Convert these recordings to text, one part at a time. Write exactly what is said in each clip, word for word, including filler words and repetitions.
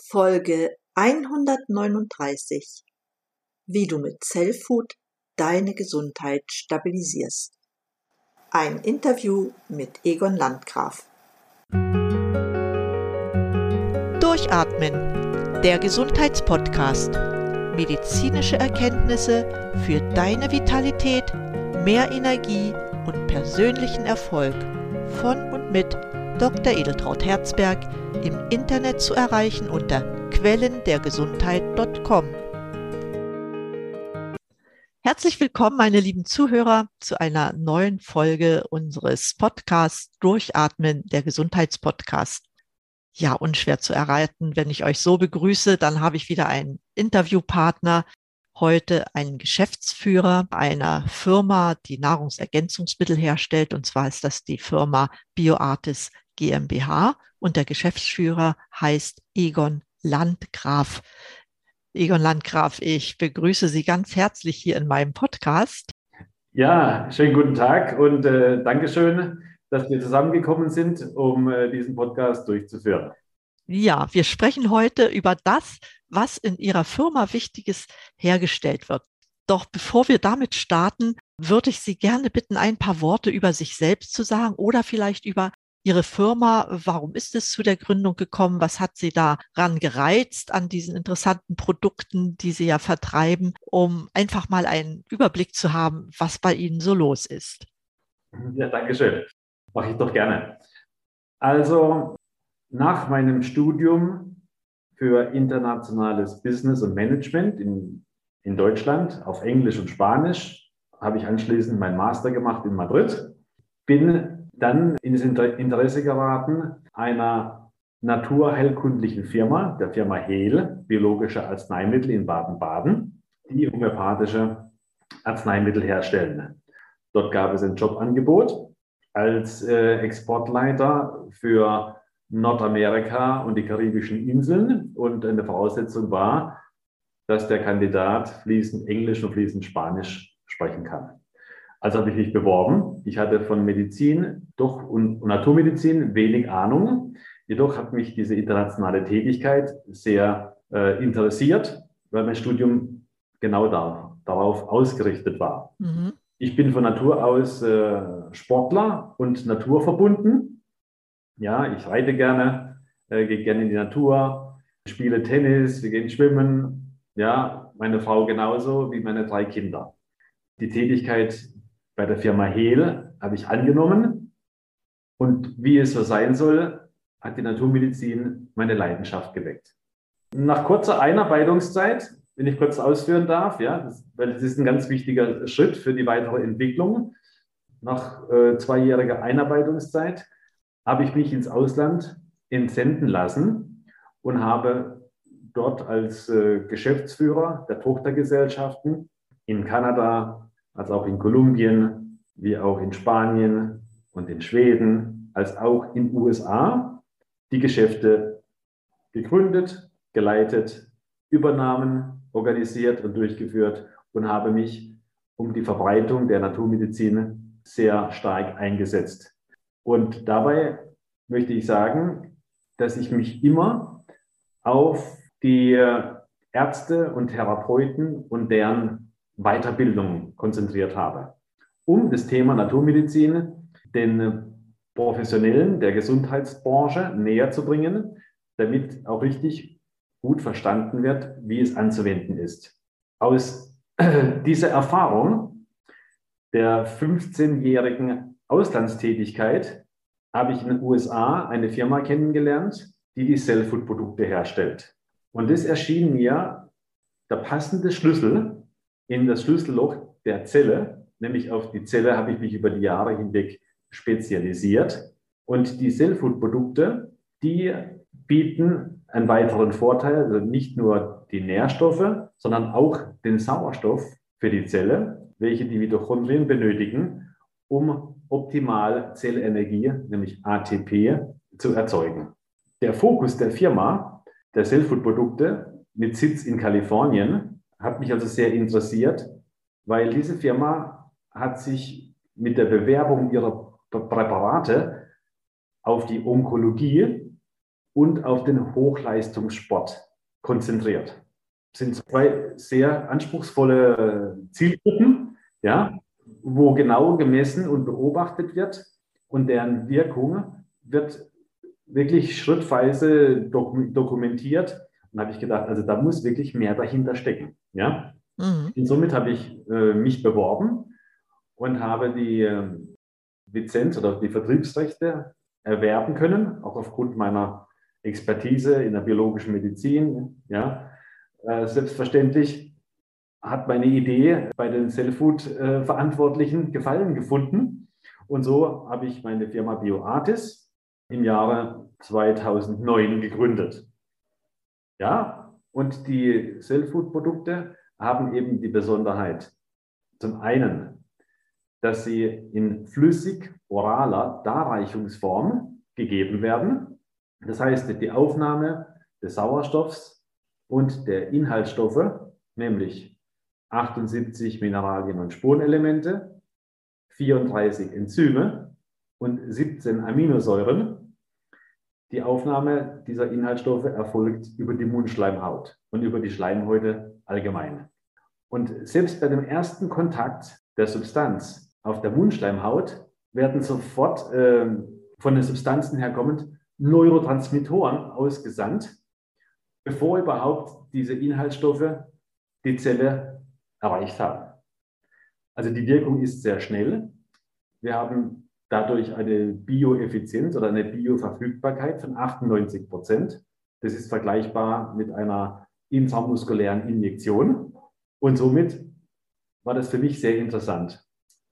Folge hundertneununddreißig: Wie du mit Cellfood deine Gesundheit stabilisierst. Ein Interview mit Egon Landgraf. Durchatmen, der Gesundheitspodcast. Medizinische Erkenntnisse für deine Vitalität, mehr Energie und persönlichen Erfolg. Von und mit Doktor Edeltraud Herzberg, im Internet zu erreichen unter quellendergesundheit punkt com. Herzlich willkommen, meine lieben Zuhörer, zu einer neuen Folge unseres Podcasts Durchatmen, der Gesundheitspodcast. Ja, unschwer zu erraten, wenn ich euch so begrüße, dann habe ich wieder einen Interviewpartner, heute einen Geschäftsführer einer Firma, die Nahrungsergänzungsmittel herstellt, und zwar ist das die Firma BioArtis GmbH und der Geschäftsführer heißt Egon Landgraf. Egon Landgraf, ich begrüße Sie ganz herzlich hier in meinem Podcast. Ja, schönen guten Tag und äh, Dankeschön, dass wir zusammengekommen sind, um äh, diesen Podcast durchzuführen. Ja, wir sprechen heute über das, was in Ihrer Firma Wichtiges hergestellt wird. Doch bevor wir damit starten, würde ich Sie gerne bitten, ein paar Worte über sich selbst zu sagen oder vielleicht über Ihre Firma. Warum ist es zu der Gründung gekommen? Was hat Sie daran gereizt an diesen interessanten Produkten, die Sie ja vertreiben, um einfach mal einen Überblick zu haben, was bei Ihnen so los ist? Ja, danke schön. Mache ich doch gerne. Also nach meinem Studium für internationales Business und Management in, in Deutschland auf Englisch und Spanisch habe ich anschließend meinen Master gemacht in Madrid. Bin dann in das Interesse geraten einer naturheilkundlichen Firma, der Firma Hehl, biologische Arzneimittel in Baden-Baden, die homöopathische Arzneimittel herstellen. Dort gab es ein Jobangebot als äh, Exportleiter für Nordamerika und die karibischen Inseln. Und eine Voraussetzung war, dass der Kandidat fließend Englisch und fließend Spanisch sprechen kann. Also habe ich mich beworben. Ich hatte von Medizin doch und, und Naturmedizin wenig Ahnung. Jedoch hat mich diese internationale Tätigkeit sehr äh, interessiert, weil mein Studium genau da, darauf ausgerichtet war. Mhm. Ich bin von Natur aus äh, Sportler und naturverbunden. Ja, ich reite gerne, äh, gehe gerne in die Natur, spiele Tennis, wir gehen schwimmen. Ja, meine Frau genauso wie meine drei Kinder. Die Tätigkeit bei der Firma Hehl habe ich angenommen. Und wie es so sein soll, hat die Naturmedizin meine Leidenschaft geweckt. Nach kurzer Einarbeitungszeit, wenn ich kurz ausführen darf, ja, das, weil das ist ein ganz wichtiger Schritt für die weitere Entwicklung. Nach äh, zweijähriger Einarbeitungszeit habe ich mich ins Ausland entsenden lassen und habe dort als äh, Geschäftsführer der Tochtergesellschaften in Kanada, als auch in Kolumbien, wie auch in Spanien und in Schweden, als auch in den U S A die Geschäfte gegründet, geleitet, Übernahmen organisiert und durchgeführt und habe mich um die Verbreitung der Naturmedizin sehr stark eingesetzt. Und dabei möchte ich sagen, dass ich mich immer auf die Ärzte und Therapeuten und deren Weiterbildung konzentriert habe, um das Thema Naturmedizin den Professionellen der Gesundheitsbranche näher zu bringen, damit auch richtig gut verstanden wird, wie es anzuwenden ist. Aus dieser Erfahrung der fünfzehnjährigen Auslandstätigkeit habe ich in den U S A eine Firma kennengelernt, die die Cellfood-Produkte herstellt. Und das erschien mir der passende Schlüssel in das Schlüsselloch der Zelle, nämlich auf die Zelle habe ich mich über die Jahre hinweg spezialisiert. Und die Cellfood-Produkte, die bieten einen weiteren Vorteil, also nicht nur die Nährstoffe, sondern auch den Sauerstoff für die Zelle, welche die Mitochondrien benötigen, um optimal Zellenergie, nämlich A T P, zu erzeugen. Der Fokus der Firma, der Cellfood-Produkte mit Sitz in Kalifornien, hat mich also sehr interessiert, weil diese Firma hat sich mit der Bewerbung ihrer Präparate auf die Onkologie und auf den Hochleistungssport konzentriert. Das sind zwei sehr anspruchsvolle Zielgruppen, ja, wo genau gemessen und beobachtet wird und deren Wirkung wird wirklich schrittweise dok- dokumentiert. Und da habe ich gedacht, also da muss wirklich mehr dahinter stecken. Ja? Mhm. Und somit habe ich äh, mich beworben und habe die äh, Lizenz oder die Vertriebsrechte erwerben können, auch aufgrund meiner Expertise in der biologischen Medizin. Ja? Äh, selbstverständlich hat meine Idee bei den Cellfood-Verantwortlichen Gefallen gefunden. Und so habe ich meine Firma BioArtis im Jahre zweitausendneun gegründet. Ja, und die Cellfood-Produkte haben eben die Besonderheit, zum einen, dass sie in flüssig-oraler Darreichungsform gegeben werden. Das heißt, die Aufnahme des Sauerstoffs und der Inhaltsstoffe, nämlich achtundsiebzig Mineralien und Spurenelemente, vierunddreißig Enzyme und siebzehn Aminosäuren. Die Aufnahme dieser Inhaltsstoffe erfolgt über die Mundschleimhaut und über die Schleimhäute allgemein. Und selbst bei dem ersten Kontakt der Substanz auf der Mundschleimhaut werden sofort äh, von den Substanzen herkommend Neurotransmittoren ausgesandt, bevor überhaupt diese Inhaltsstoffe die Zelle erreicht haben. Also die Wirkung ist sehr schnell. Wir haben dadurch eine Bioeffizienz oder eine Bioverfügbarkeit von achtundneunzig Prozent. Das ist vergleichbar mit einer intramuskulären Injektion. Und somit war das für mich sehr interessant.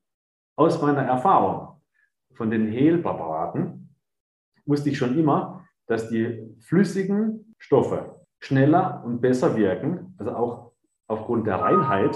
Aus meiner Erfahrung von den Hehlpräparaten wusste ich schon immer, dass die flüssigen Stoffe schneller und besser wirken, also auch aufgrund der Reinheit,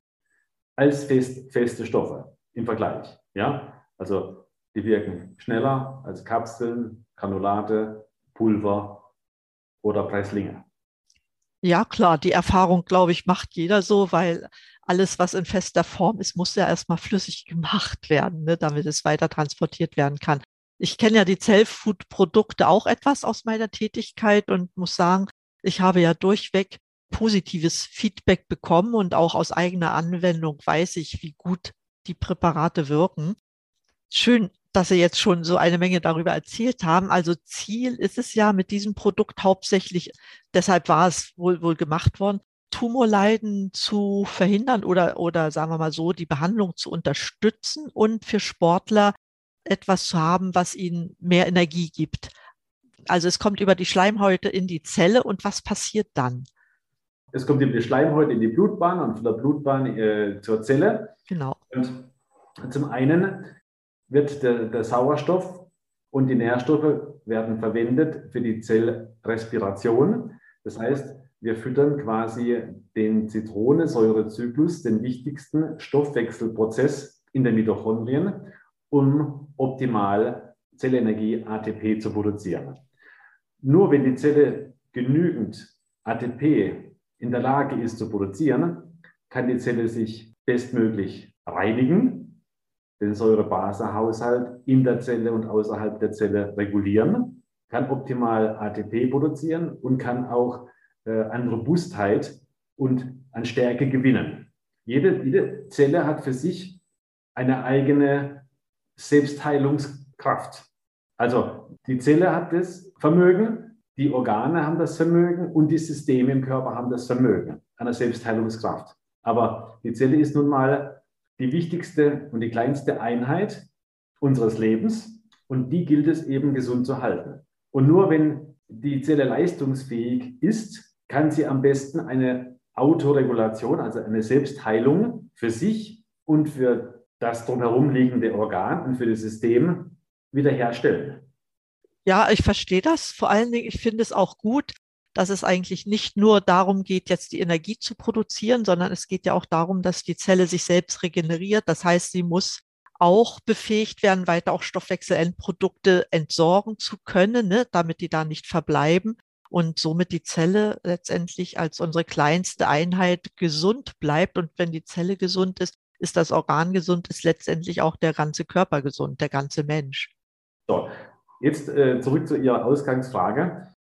als fest, feste Stoffe im Vergleich. Ja? Also die wirken schneller als Kapseln, Granulate, Pulver oder Presslinge. Ja, klar, die Erfahrung, glaube ich, macht jeder so, weil alles, was in fester Form ist, muss ja erstmal flüssig gemacht werden, ne, damit es weiter transportiert werden kann. Ich kenne ja die Cellfood-Produkte auch etwas aus meiner Tätigkeit und muss sagen, ich habe ja durchweg positives Feedback bekommen und auch aus eigener Anwendung weiß ich, wie gut die Präparate wirken. Schön, dass Sie jetzt schon so eine Menge darüber erzählt haben. Also Ziel ist es ja mit diesem Produkt hauptsächlich, deshalb war es wohl, wohl gemacht worden, Tumorleiden zu verhindern oder, oder sagen wir mal so, die Behandlung zu unterstützen und für Sportler etwas zu haben, was ihnen mehr Energie gibt. Also es kommt über die Schleimhäute in die Zelle und was passiert dann? Es kommt über die Schleimhäute in die Blutbahn und von der Blutbahn äh, zur Zelle. Genau. Und zum einen wird der, der Sauerstoff und die Nährstoffe werden verwendet für die Zellrespiration. Das heißt, wir füttern quasi den Zitronensäurezyklus, den wichtigsten Stoffwechselprozess in den Mitochondrien, um optimal Zellenergie A T P zu produzieren. Nur wenn die Zelle genügend A T P in der Lage ist zu produzieren, kann die Zelle sich bestmöglich reinigen, den Säure-Base-Haushalt in der Zelle und außerhalb der Zelle regulieren, kann optimal A T P produzieren und kann auch äh, an Robustheit und an Stärke gewinnen. Jede, jede Zelle hat für sich eine eigene Selbstheilungskraft. Also die Zelle hat das Vermögen, die Organe haben das Vermögen und die Systeme im Körper haben das Vermögen einer Selbstheilungskraft. Aber die Zelle ist nun mal die wichtigste und die kleinste Einheit unseres Lebens und die gilt es eben gesund zu halten. Und nur wenn die Zelle leistungsfähig ist, kann sie am besten eine Autoregulation, also eine Selbstheilung für sich und für das drumherum liegende Organ und für das System wiederherstellen. Ja, ich verstehe das. Vor allen Dingen, ich finde es auch gut, dass es eigentlich nicht nur darum geht, jetzt die Energie zu produzieren, sondern es geht ja auch darum, dass die Zelle sich selbst regeneriert. Das heißt, sie muss auch befähigt werden, weiter auch Stoffwechselendprodukte entsorgen zu können, ne, damit die da nicht verbleiben und somit die Zelle letztendlich als unsere kleinste Einheit gesund bleibt. Und wenn die Zelle gesund ist, ist das Organ gesund, ist letztendlich auch der ganze Körper gesund, der ganze Mensch. So, jetzt äh, zurück zu Ihrer Ausgangsfrage.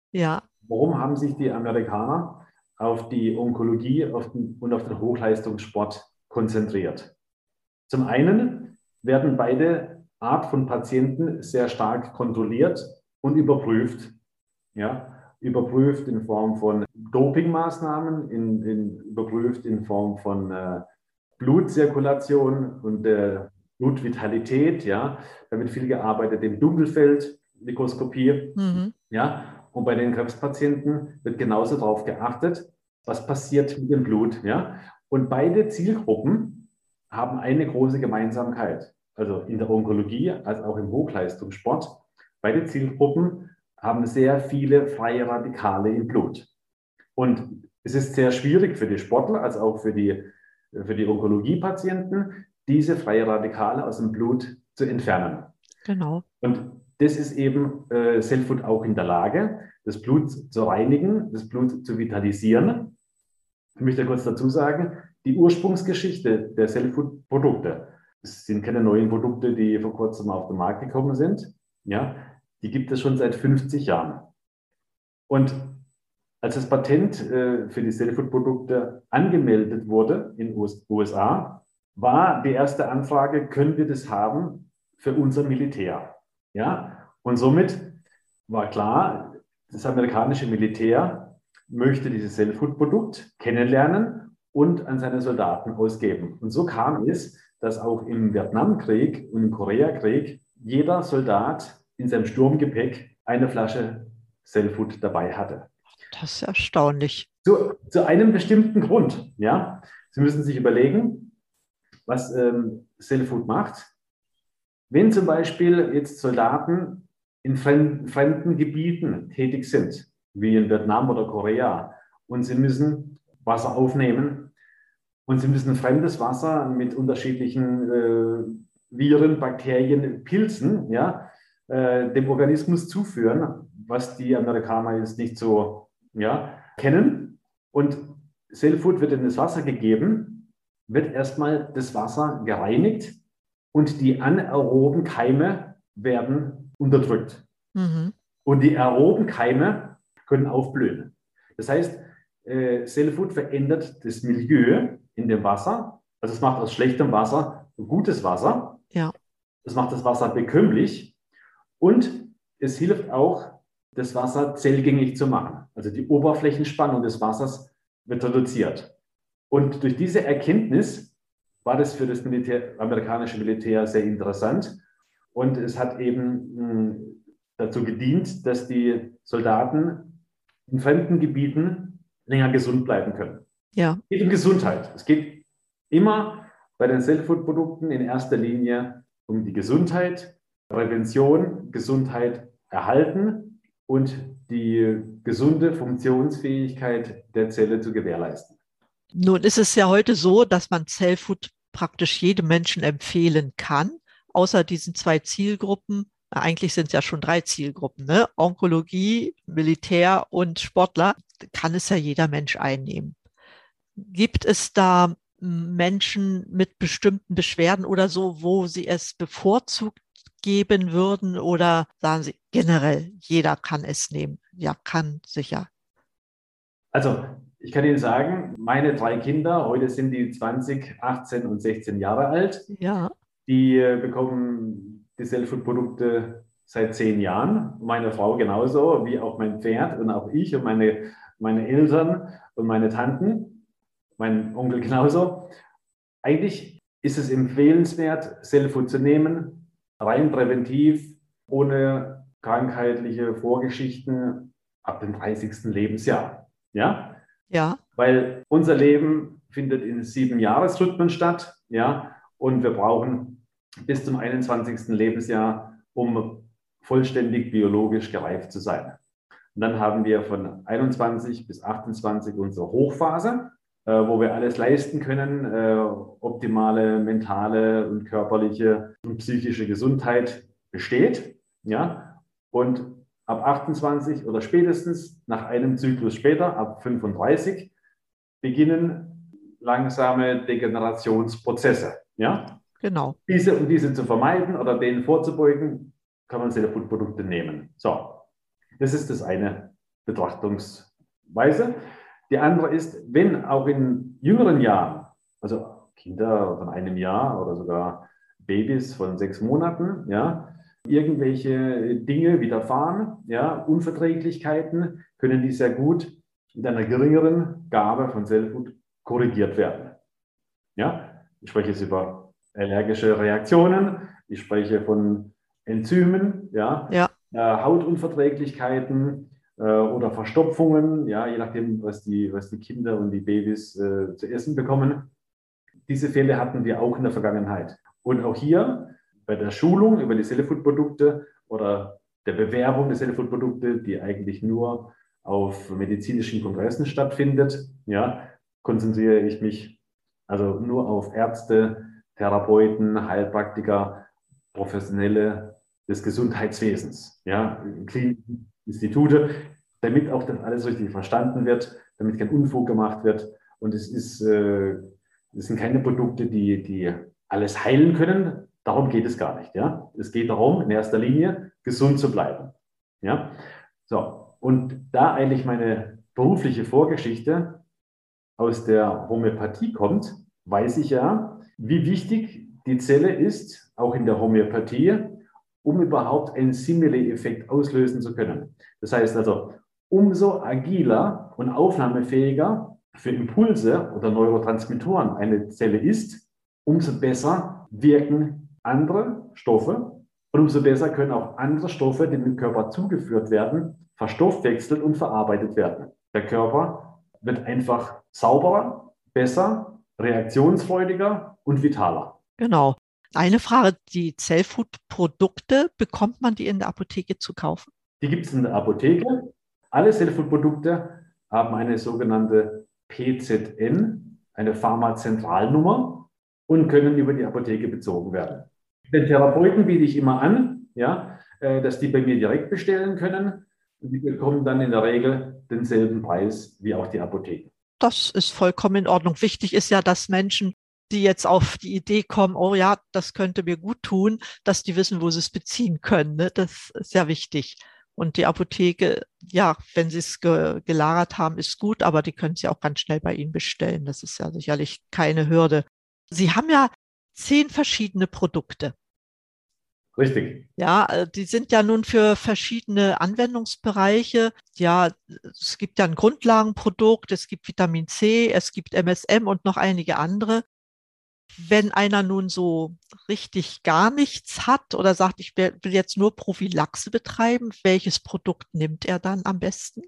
Ja. Warum haben sich die Amerikaner auf die Onkologie auf den, und auf den Hochleistungssport konzentriert? Zum einen werden beide Art von Patienten sehr stark kontrolliert und überprüft. Ja, überprüft in Form von Dopingmaßnahmen, in, in, überprüft in Form von äh, Blutzirkulation und äh, Blutvitalität. Ja, da wird viel gearbeitet im Dunkelfeldmikroskopie. Mhm. Ja, und bei den Krebspatienten wird genauso darauf geachtet, was passiert mit dem Blut. Ja, und beide Zielgruppen haben eine große Gemeinsamkeit. Also in der Onkologie als auch im Hochleistungssport. Beide Zielgruppen haben sehr viele freie Radikale im Blut. Und es ist sehr schwierig für die Sportler, als auch für die, für die Onkologiepatienten, diese freie Radikale aus dem Blut zu entfernen. Genau. Und das ist eben äh, Cellfood auch in der Lage, das Blut zu reinigen, das Blut zu vitalisieren. Ich möchte kurz dazu sagen, die Ursprungsgeschichte der Cellfood-Produkte, das sind keine neuen Produkte, die vor kurzem auf den Markt gekommen sind, ja, die gibt es schon seit fünfzig Jahren. Und als das Patent äh, für die Cellfood-Produkte angemeldet wurde in den U S A, war die erste Anfrage, können wir das haben für unser Militär? Ja? Und somit war klar, das amerikanische Militär möchte dieses Cellfood-Produkt kennenlernen und an seine Soldaten ausgeben. Und so kam es, dass auch im Vietnamkrieg und im Koreakrieg jeder Soldat in seinem Sturmgepäck eine Flasche Cellfood dabei hatte. Das ist erstaunlich. Zu, zu einem bestimmten Grund. Ja? Sie müssen sich überlegen, was ähm, Cellfood macht. Wenn zum Beispiel jetzt Soldaten in fremden, fremden Gebieten tätig sind, wie in Vietnam oder Korea, und sie müssen Wasser aufnehmen und sie müssen fremdes Wasser mit unterschiedlichen äh, Viren, Bakterien, Pilzen, ja, äh, dem Organismus zuführen, was die Amerikaner jetzt nicht so ja, kennen. Und Cellfood wird in das Wasser gegeben, wird erstmal das Wasser gereinigt und die anaeroben Keime werden unterdrückt. Mhm. Und die aeroben Keime können aufblühen. Das heißt, äh, Cellfood verändert das Milieu in dem Wasser. Also es macht aus schlechtem Wasser gutes Wasser. Ja. Es macht das Wasser bekömmlich und es hilft auch, das Wasser zellgängig zu machen. Also die Oberflächenspannung des Wassers wird reduziert. Und durch diese Erkenntnis war das für das Militär, amerikanische Militär sehr interessant. Und es hat eben mh, dazu gedient, dass die Soldaten in fremden Gebieten länger gesund bleiben können. Ja. Es geht um Gesundheit. Es geht immer bei den Cellfood-Produkten in erster Linie um die Gesundheit, Prävention, Gesundheit erhalten und die gesunde Funktionsfähigkeit der Zelle zu gewährleisten. Nun ist es ja heute so, dass man Cellfood praktisch jedem Menschen empfehlen kann, außer diesen zwei Zielgruppen. Eigentlich sind es ja schon drei Zielgruppen, ne? Onkologie, Militär und Sportler, kann es ja jeder Mensch einnehmen. Gibt es da Menschen mit bestimmten Beschwerden oder so, wo Sie es bevorzugt geben würden, oder sagen Sie generell, jeder kann es nehmen? Ja, kann sicher. Also ich kann Ihnen sagen, meine drei Kinder, heute sind die zwanzig, achtzehn und sechzehn Jahre alt, Ja. die bekommen die Cellfood-Produkte seit zehn Jahren. Meine Frau genauso, wie auch mein Pferd und auch ich und meine, meine Eltern und meine Tanten, mein Onkel genauso. Eigentlich ist es empfehlenswert, Cellfood zu nehmen, rein präventiv, ohne krankheitliche Vorgeschichten ab dem dreißigsten Lebensjahr. Ja? Ja. Weil unser Leben findet in sieben Jahresrhythmen statt, ja, und wir brauchen bis zum einundzwanzigsten Lebensjahr, um vollständig biologisch gereift zu sein. Und dann haben wir von einundzwanzig bis achtundzwanzig unsere Hochphase, äh, wo wir alles leisten können, äh, optimale mentale und körperliche und psychische Gesundheit besteht, ja, und ab achtundzwanzig oder spätestens nach einem Zyklus später, ab fünfunddreißig, beginnen langsame Degenerationsprozesse. Ja? Genau. Diese, um diese zu vermeiden oder denen vorzubeugen, kann man Cellfood-Produkte nehmen. So, das ist das eine. Betrachtungsweise. Die andere ist, wenn auch in jüngeren Jahren, also Kinder von einem Jahr oder sogar Babys von sechs Monaten, ja, irgendwelche Dinge widerfahren, ja, Unverträglichkeiten, können die sehr gut mit einer geringeren Gabe von Cellfood korrigiert werden. Ja, ich spreche jetzt über allergische Reaktionen, ich spreche von Enzymen, ja, Ja. äh, Hautunverträglichkeiten äh, oder Verstopfungen, ja, je nachdem, was die, was die Kinder und die Babys äh, zu essen bekommen. Diese Fälle hatten wir auch in der Vergangenheit. Und auch hier bei der Schulung über die Cellfood-Produkte oder der Bewerbung der Cellfood-Produkte, die eigentlich nur auf medizinischen Kongressen stattfindet, ja, konzentriere ich mich also nur auf Ärzte, Therapeuten, Heilpraktiker, Professionelle des Gesundheitswesens, ja, Kliniken, Institute, damit auch das alles richtig verstanden wird, damit kein Unfug gemacht wird. Und es ist, äh, es sind keine Produkte, die, die alles heilen können. Darum geht es gar nicht. Ja? Es geht darum, in erster Linie gesund zu bleiben. Ja? So, und da eigentlich meine berufliche Vorgeschichte aus der Homöopathie kommt, weiß ich ja, wie wichtig die Zelle ist, auch in der Homöopathie, um überhaupt einen Simile-Effekt auslösen zu können. Das heißt also, umso agiler und aufnahmefähiger für Impulse oder Neurotransmittoren eine Zelle ist, umso besser wirken andere Stoffe und umso besser können auch andere Stoffe, die dem Körper zugeführt werden, verstoffwechselt und verarbeitet werden. Der Körper wird einfach sauberer, besser, reaktionsfreudiger und vitaler. Genau. Eine Frage, die Cellfood-Produkte, bekommt man die in der Apotheke zu kaufen? Die gibt es in der Apotheke. Alle Cellfood-Produkte haben eine sogenannte P Z N, eine Pharmazentralnummer, und können über die Apotheke bezogen werden. Den Therapeuten biete ich immer an, ja, dass die bei mir direkt bestellen können. Und die bekommen dann in der Regel denselben Preis wie auch die Apotheken. Das ist vollkommen in Ordnung. Wichtig ist ja, dass Menschen, die jetzt auf die Idee kommen, oh ja, das könnte mir gut tun, dass die wissen, wo sie es beziehen können. Ne? Das ist ja wichtig. Und die Apotheke, ja, wenn sie es ge- gelagert haben, ist gut, aber die können es ja auch ganz schnell bei Ihnen bestellen. Das ist ja sicherlich keine Hürde. Sie haben ja zehn verschiedene Produkte. Richtig. Ja, äh, die sind ja nun für verschiedene Anwendungsbereiche. Ja, es gibt ja ein Grundlagenprodukt, es gibt Vitamin C, es gibt M S M und noch einige andere. Wenn einer nun so richtig gar nichts hat oder sagt, ich will will jetzt nur Prophylaxe betreiben, welches Produkt nimmt er dann am besten?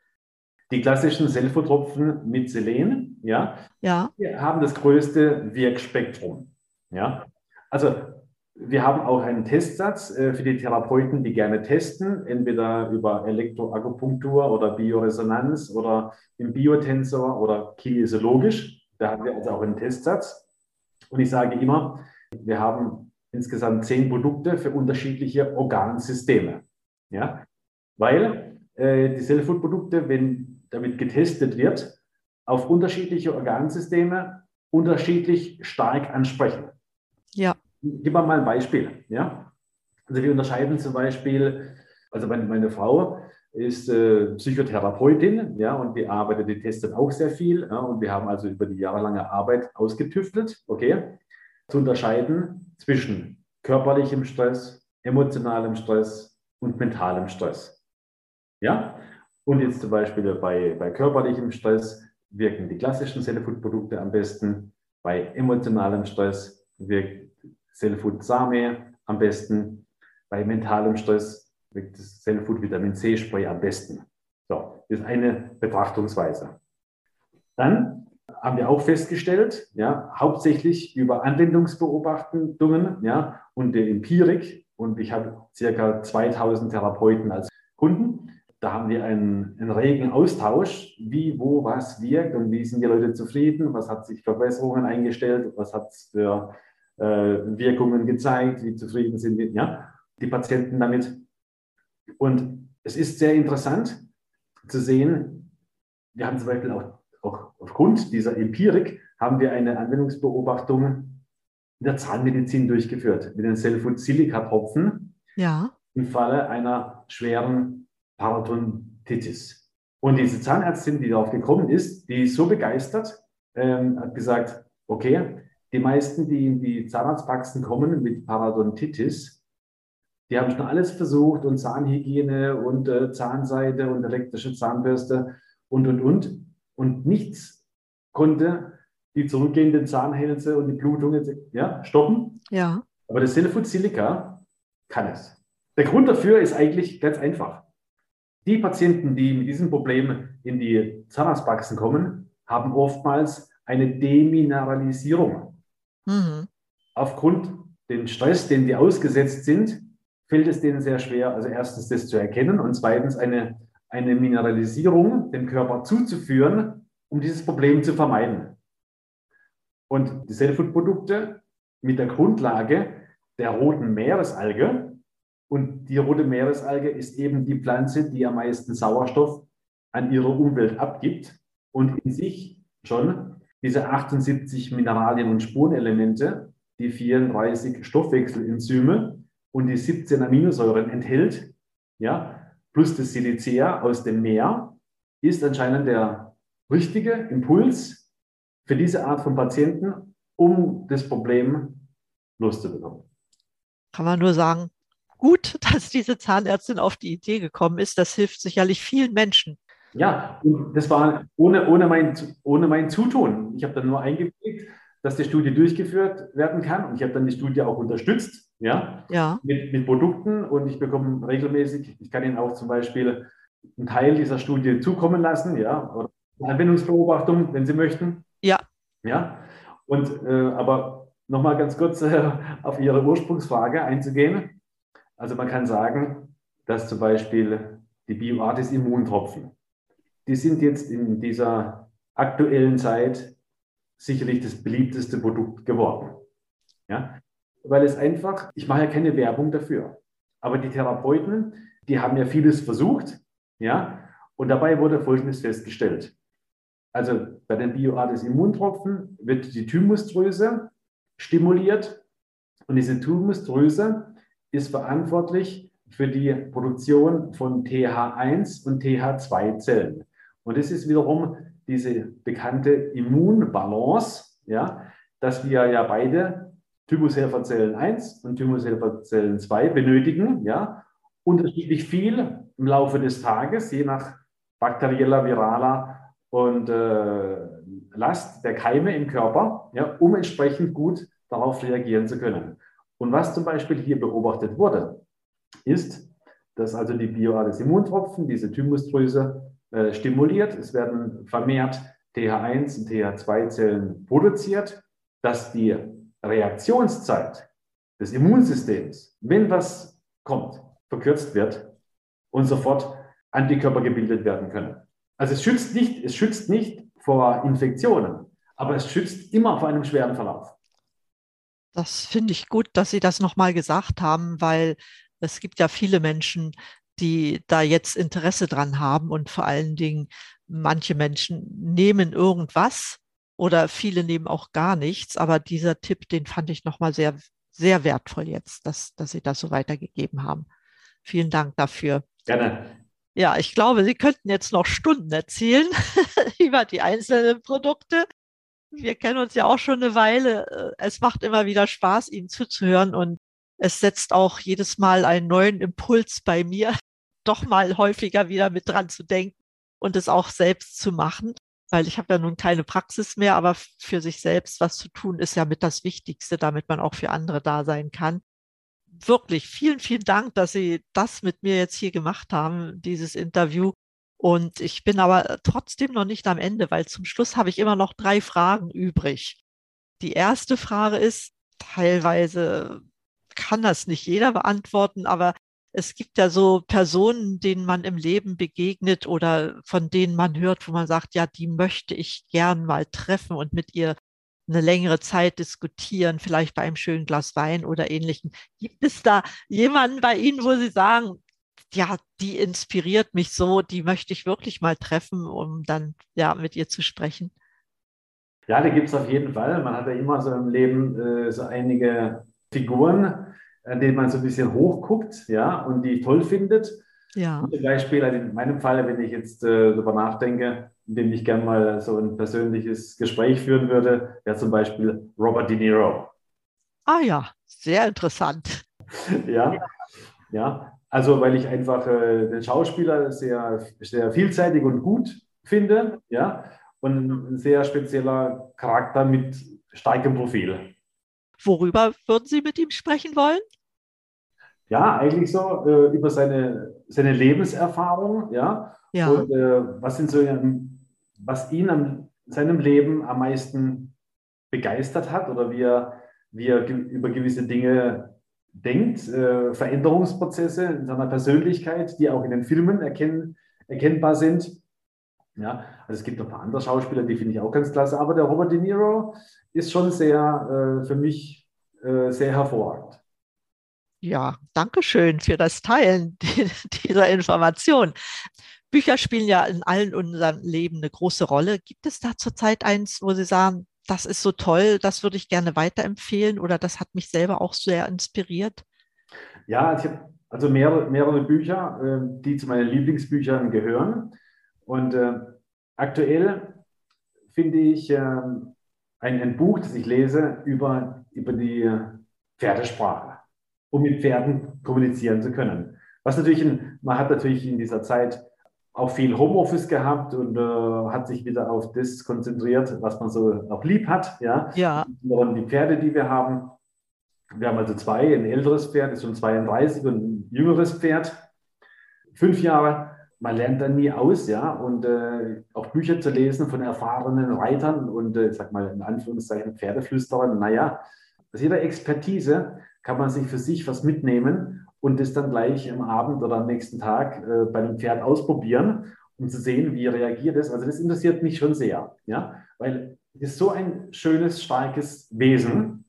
Die klassischen Cellfood-Tropfen mit Selen, ja, Ja, wir haben das größte Wirkspektrum. Ja. Also wir haben auch einen Testsatz äh, für die Therapeuten, die gerne testen, entweder über Elektroakupunktur oder Bioresonanz oder im Biotensor oder kinesiologisch. Da haben wir also auch einen Testsatz. Und ich sage immer, wir haben insgesamt zehn Produkte für unterschiedliche Organsysteme. Ja? Weil äh, die Cellfood-Produkte, wenn damit getestet wird, auf unterschiedliche Organsysteme unterschiedlich stark ansprechen. ja, Gib mal ein Beispiel. Ja? Also wir unterscheiden zum Beispiel, also meine, meine Frau ist äh, Psychotherapeutin, ja, und die arbeitet, die testet auch sehr viel, ja, und wir haben also über die jahrelange Arbeit ausgetüftelt, okay, zu unterscheiden zwischen körperlichem Stress, emotionalem Stress und mentalem Stress. Ja? Und jetzt zum Beispiel bei, bei körperlichem Stress wirken die klassischen Cellfood-Produkte am besten, bei emotionalem Stress wirkt Cellfood Same am besten, bei mentalem Stress wirkt das Cellfood Vitamin C Spray am besten. So, das ist eine Betrachtungsweise. Dann haben wir auch festgestellt, ja, hauptsächlich über Anwendungsbeobachtungen, ja, und der Empirik, und ich habe circa zweitausend Therapeuten als Kunden. Da haben wir einen, einen regen Austausch, wie, wo, was wirkt und wie sind die Leute zufrieden, was hat sich Verbesserungen eingestellt, was hat es für äh, Wirkungen gezeigt, wie zufrieden sind die, ja, die Patienten damit. Und es ist sehr interessant zu sehen, wir haben zum Beispiel auch, auch aufgrund dieser Empirik haben wir eine Anwendungsbeobachtung in der Zahnmedizin durchgeführt mit den Cellfood-Silica-Tropfen ja, im Falle einer schweren Parodontitis. Und diese Zahnärztin, die darauf gekommen ist, die ist so begeistert, ähm, hat gesagt, okay, die meisten, die in die Zahnarztpraxen kommen mit Parodontitis, die haben schon alles versucht und Zahnhygiene und äh, Zahnseide und elektrische Zahnbürste und, und, und. Und nichts konnte die zurückgehenden Zahnhälse und die Blutungen ja, stoppen. Ja. Aber das Cellfood Silica kann es. Der Grund dafür ist eigentlich ganz einfach. Die Patienten, die mit diesem Problem in die Zahnarztpraxen kommen, haben oftmals eine Demineralisierung. Mhm. Aufgrund den Stress, den die ausgesetzt sind, fällt es denen sehr schwer, also erstens das zu erkennen und zweitens eine, eine Mineralisierung dem Körper zuzuführen, um dieses Problem zu vermeiden. Und die Cellfood-Produkte mit der Grundlage der roten Meeresalge, und die rote Meeresalge ist eben die Pflanze, die am meisten Sauerstoff an ihre Umwelt abgibt und in sich schon diese achtundsiebzig Mineralien und Spurenelemente, die vierunddreißig Stoffwechselenzyme und die siebzehn Aminosäuren enthält, ja, plus das Silicea aus dem Meer, ist anscheinend der richtige Impuls für diese Art von Patienten, um das Problem loszubekommen. Kann man nur sagen, gut, dass diese Zahnärztin auf die Idee gekommen ist. Das hilft sicherlich vielen Menschen. Ja, und das war ohne, ohne, mein, ohne mein Zutun. Ich habe dann nur eingewilligt, dass die Studie durchgeführt werden kann. Und ich habe dann die Studie auch unterstützt, ja, Ja. mit, mit Produkten. Und ich bekomme regelmäßig, ich kann Ihnen auch zum Beispiel einen Teil dieser Studie zukommen lassen, ja, oder eine Anwendungsbeobachtung, wenn Sie möchten. Ja. Ja, und äh, aber nochmal ganz kurz äh, auf Ihre Ursprungsfrage einzugehen. Also man kann sagen, dass zum Beispiel die BioArtis Immuntropfen, die sind jetzt in dieser aktuellen Zeit sicherlich das beliebteste Produkt geworden. Ja? Weil es einfach, ich mache ja keine Werbung dafür, aber die Therapeuten, die haben ja vieles versucht, ja, und dabei wurde Folgendes festgestellt. Also bei den BioArtis Immuntropfen wird die Thymusdrüse stimuliert und diese Thymusdrüse ist verantwortlich für die Produktion von T H eins und T H zwei Zellen. Und das ist wiederum diese bekannte Immunbalance, ja, dass wir ja beide Thymushelferzellen eins und Thymushelferzellen zwei benötigen, ja, unterschiedlich viel im Laufe des Tages, je nach bakterieller, viraler und äh, Last der Keime im Körper, ja, um entsprechend gut darauf reagieren zu können. Und was zum Beispiel hier beobachtet wurde, ist, dass also die BioArtis Immuntropfen diese Thymusdrüse äh, stimuliert. Es werden vermehrt T H eins und T H zwei Zellen produziert, dass die Reaktionszeit des Immunsystems, wenn was kommt, verkürzt wird und sofort Antikörper gebildet werden können. Also es schützt nicht, es schützt nicht vor Infektionen, aber es schützt immer vor einem schweren Verlauf. Das finde ich gut, dass Sie das nochmal gesagt haben, weil es gibt ja viele Menschen, die da jetzt Interesse dran haben und vor allen Dingen manche Menschen nehmen irgendwas oder viele nehmen auch gar nichts. Aber dieser Tipp, den fand ich nochmal sehr, sehr wertvoll jetzt, dass, dass Sie das so weitergegeben haben. Vielen Dank dafür. Gerne. Ja, ich glaube, Sie könnten jetzt noch Stunden erzählen über die einzelnen Produkte. Wir kennen uns ja auch schon eine Weile. Es macht immer wieder Spaß, Ihnen zuzuhören und es setzt auch jedes Mal einen neuen Impuls bei mir, doch mal häufiger wieder mit dran zu denken und es auch selbst zu machen, weil ich habe ja nun keine Praxis mehr, aber für sich selbst was zu tun ist ja mit das Wichtigste, damit man auch für andere da sein kann. Wirklich vielen, vielen Dank, dass Sie das mit mir jetzt hier gemacht haben, dieses Interview. Und ich bin aber trotzdem noch nicht am Ende, weil zum Schluss habe ich immer noch drei Fragen übrig. Die erste Frage ist, teilweise kann das nicht jeder beantworten, aber es gibt ja so Personen, denen man im Leben begegnet oder von denen man hört, wo man sagt, ja, die möchte ich gern mal treffen und mit ihr eine längere Zeit diskutieren, vielleicht bei einem schönen Glas Wein oder ähnlichem. Gibt es da jemanden bei Ihnen, wo Sie sagen, ja, die inspiriert mich so, die möchte ich wirklich mal treffen, um dann ja mit ihr zu sprechen? Ja, die gibt es auf jeden Fall. Man hat ja immer so im Leben äh, so einige Figuren, an denen man so ein bisschen hochguckt, ja, und die toll findet. Ja. Zum Beispiel, also in meinem Fall, wenn ich jetzt äh, darüber nachdenke, in dem ich gerne mal so ein persönliches Gespräch führen würde, wäre zum Beispiel Robert De Niro. Ah ja, sehr interessant. Ja, ja. Also weil ich einfach äh, den Schauspieler sehr, sehr vielseitig und gut finde, ja, und ein sehr spezieller Charakter mit starkem Profil. Worüber würden Sie mit ihm sprechen wollen? Ja, eigentlich so äh, über seine, seine Lebenserfahrung, ja, Ja, und äh, was sind so, ähm, was ihn an seinem Leben am meisten begeistert hat oder wie er, wie er ge über gewisse Dinge denkt, äh, Veränderungsprozesse in seiner Persönlichkeit, die auch in den Filmen erkennen, erkennbar sind. Ja, also es gibt noch ein paar andere Schauspieler, die finde ich auch ganz klasse, aber der Robert De Niro ist schon sehr, äh, für mich äh, sehr hervorragend. ja, danke schön für das Teilen dieser Information. Bücher spielen ja in allen unserem Leben eine große Rolle. Gibt es da zurzeit eins, wo Sie sagen, das ist so toll, das würde ich gerne weiterempfehlen oder das hat mich selber auch sehr inspiriert? Ja, ich habe also mehrere, mehrere Bücher, äh, die zu meinen Lieblingsbüchern gehören. Und äh, aktuell finde ich äh, ein, ein Buch, das ich lese, über, über die Pferdesprache, um mit Pferden kommunizieren zu können. Was natürlich, ein, man hat natürlich in dieser Zeit auch viel Homeoffice gehabt und äh, hat sich wieder auf das konzentriert, was man so auch lieb hat. Ja? Ja, Und die Pferde, die wir haben. Wir haben also zwei, ein älteres Pferd, ist schon zweiunddreißig, und ein jüngeres Pferd, fünf Jahre. Man lernt dann nie aus, ja, und äh, auch Bücher zu lesen von erfahrenen Reitern und, äh, ich sag mal, in Anführungszeichen Pferdeflüsterern. Naja, aus jeder Expertise kann man sich für sich was mitnehmen und das dann gleich am Abend oder am nächsten Tag äh, bei einem Pferd ausprobieren, um zu sehen, wie reagiert es. Also das interessiert mich schon sehr, ja, weil es ist so ein schönes, starkes Wesen.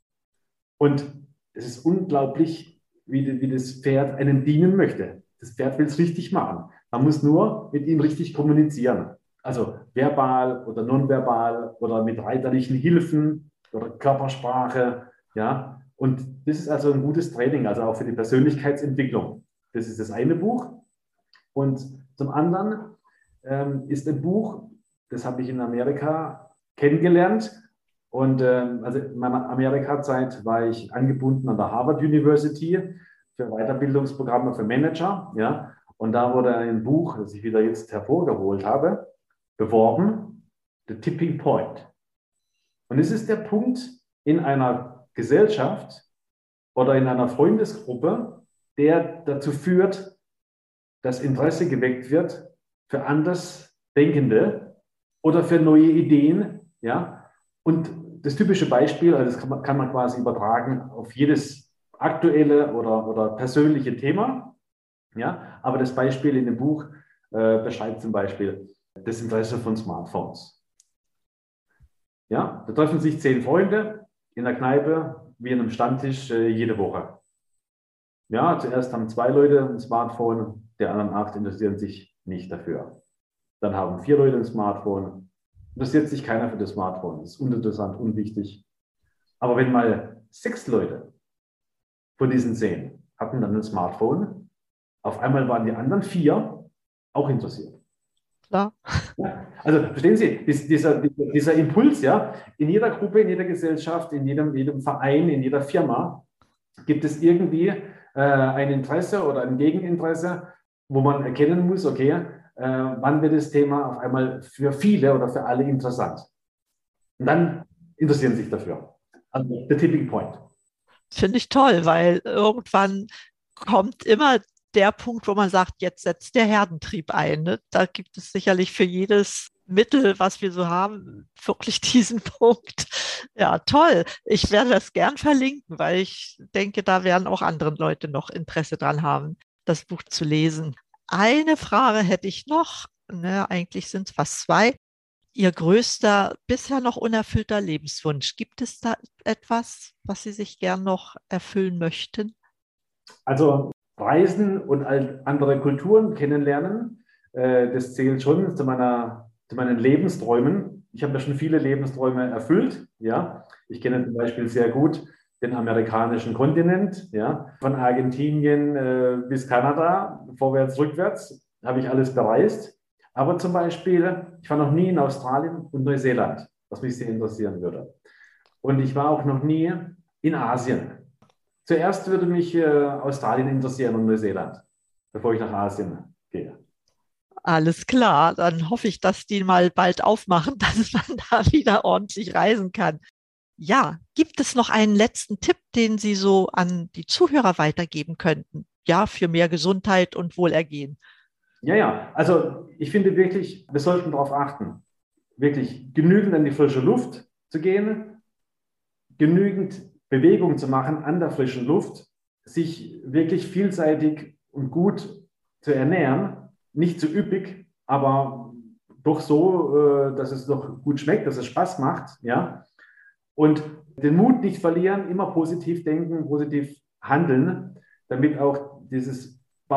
Und es ist unglaublich, wie, wie das Pferd einem dienen möchte. Das Pferd will es richtig machen. Man muss nur mit ihm richtig kommunizieren. Also verbal oder nonverbal oder mit reiterlichen Hilfen oder Körpersprache. Ja? Und das ist also ein gutes Training, also auch für die Persönlichkeitsentwicklung. Das ist das eine Buch. Und zum anderen ähm, ist ein Buch, das habe ich in Amerika kennengelernt. Und ähm, also in meiner Amerika-Zeit war ich angebunden an der Harvard University für Weiterbildungsprogramme für Manager. Ja? Und da wurde ein Buch, das ich wieder jetzt hervorgeholt habe, beworben, The Tipping Point. Und es ist der Punkt in einer Gesellschaft oder in einer Freundesgruppe, der dazu führt, dass Interesse geweckt wird für Andersdenkende oder für neue Ideen. Ja? Und das typische Beispiel, also das kann man, kann man quasi übertragen auf jedes aktuelle oder, oder persönliche Thema. Ja? Aber das Beispiel in dem Buch äh, beschreibt zum Beispiel das Interesse von Smartphones. Ja? Da treffen sich zehn Freunde in der Kneipe wie an einem Stammtisch äh, jede Woche. Ja, zuerst haben zwei Leute ein Smartphone, die anderen acht interessieren sich nicht dafür. Dann haben vier Leute ein Smartphone, interessiert sich keiner für das Smartphone. Das ist uninteressant, unwichtig. Aber wenn mal sechs Leute von diesen zehn hatten dann ein Smartphone, auf einmal waren die anderen vier auch interessiert. klar. Ja, also verstehen Sie, dieser, dieser Impuls, ja, in jeder Gruppe, in jeder Gesellschaft, in jedem, jedem Verein, in jeder Firma gibt es irgendwie äh, ein Interesse oder ein Gegeninteresse, wo man erkennen muss, okay, äh, wann wird das Thema auf einmal für viele oder für alle interessant. Und dann interessieren sie sich dafür. Also der Tipping Point. Finde ich toll, weil irgendwann kommt immer der Punkt, wo man sagt, jetzt setzt der Herdentrieb ein. Ne? Da gibt es sicherlich für jedes Mittel, was wir so haben, wirklich diesen Punkt. Ja, toll. Ich werde das gern verlinken, weil ich denke, da werden auch andere Leute noch Interesse dran haben, das Buch zu lesen. Eine Frage hätte ich noch. Ne, eigentlich sind es fast zwei. Ihr größter, bisher noch unerfüllter Lebenswunsch. Gibt es da etwas, was Sie sich gern noch erfüllen möchten? Also Reisen und andere Kulturen kennenlernen, äh, das zählt schon zu, meiner, zu meinen Lebensträumen. Ich habe ja schon viele Lebensträume erfüllt. Ja? Ich kenne zum Beispiel sehr gut den amerikanischen Kontinent, ja, von Argentinien äh, bis Kanada, vorwärts, rückwärts, habe ich alles bereist. Aber zum Beispiel, ich war noch nie in Australien und Neuseeland, was mich sehr interessieren würde. Und ich war auch noch nie in Asien. Zuerst würde mich äh, Australien interessieren und Neuseeland, bevor ich nach Asien gehe. Alles klar, dann hoffe ich, dass die mal bald aufmachen, dass man da wieder ordentlich reisen kann. Ja, gibt es noch einen letzten Tipp, den Sie so an die Zuhörer weitergeben könnten? Ja, für mehr Gesundheit und Wohlergehen. Ja, ja, also ich finde wirklich, wir sollten darauf achten, wirklich genügend an die frische Luft zu gehen, genügend Bewegung zu machen an der frischen Luft, sich wirklich vielseitig und gut zu ernähren, nicht zu üppig, aber doch so, dass es doch gut schmeckt, dass es Spaß macht, ja. Und den Mut nicht verlieren, immer positiv denken, positiv handeln, damit auch dieses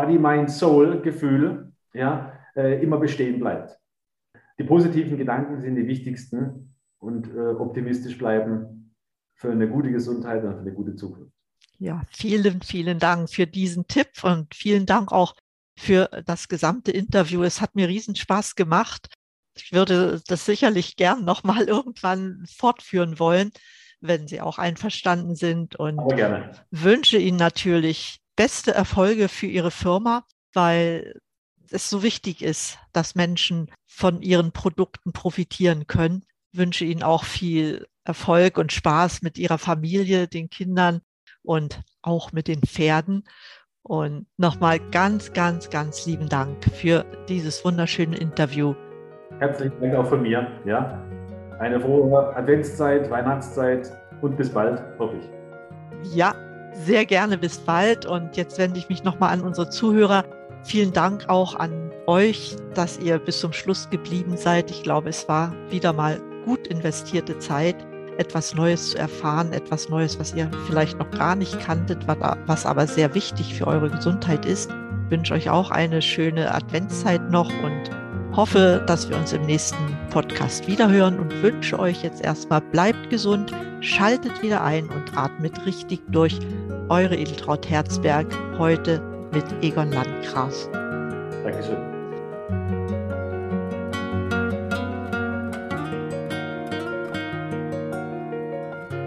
Body-Mind-Soul-Gefühl ja, äh, immer bestehen bleibt. Die positiven Gedanken sind die wichtigsten und äh, optimistisch bleiben für eine gute Gesundheit und für eine gute Zukunft. Ja, vielen, vielen Dank für diesen Tipp und vielen Dank auch für das gesamte Interview. Es hat mir riesen Spaß gemacht. Ich würde das sicherlich gern nochmal irgendwann fortführen wollen, wenn Sie auch einverstanden sind, und Aber gerne. wünsche Ihnen natürlich beste Erfolge für Ihre Firma, weil es so wichtig ist, dass Menschen von ihren Produkten profitieren können. Ich wünsche Ihnen auch viel Erfolg und Spaß mit Ihrer Familie, den Kindern und auch mit den Pferden. Und nochmal ganz, ganz, ganz lieben Dank für dieses wunderschöne Interview. Herzlichen Dank auch von mir. Ja. Eine frohe Adventszeit, Weihnachtszeit und bis bald, hoffe ich. Ja, sehr gerne, bis bald. Und jetzt wende ich mich nochmal an unsere Zuhörer. Vielen Dank auch an euch, dass ihr bis zum Schluss geblieben seid. Ich glaube, es war wieder mal gut investierte Zeit, etwas Neues zu erfahren, etwas Neues, was ihr vielleicht noch gar nicht kanntet, was aber sehr wichtig für eure Gesundheit ist. Ich wünsche euch auch eine schöne Adventszeit noch und hoffe, dass wir uns im nächsten Podcast wiederhören und wünsche euch jetzt erstmal, bleibt gesund, schaltet wieder ein und atmet richtig durch. Eure Edeltraud Herzberg, heute mit Egon Landgraf. Dankeschön.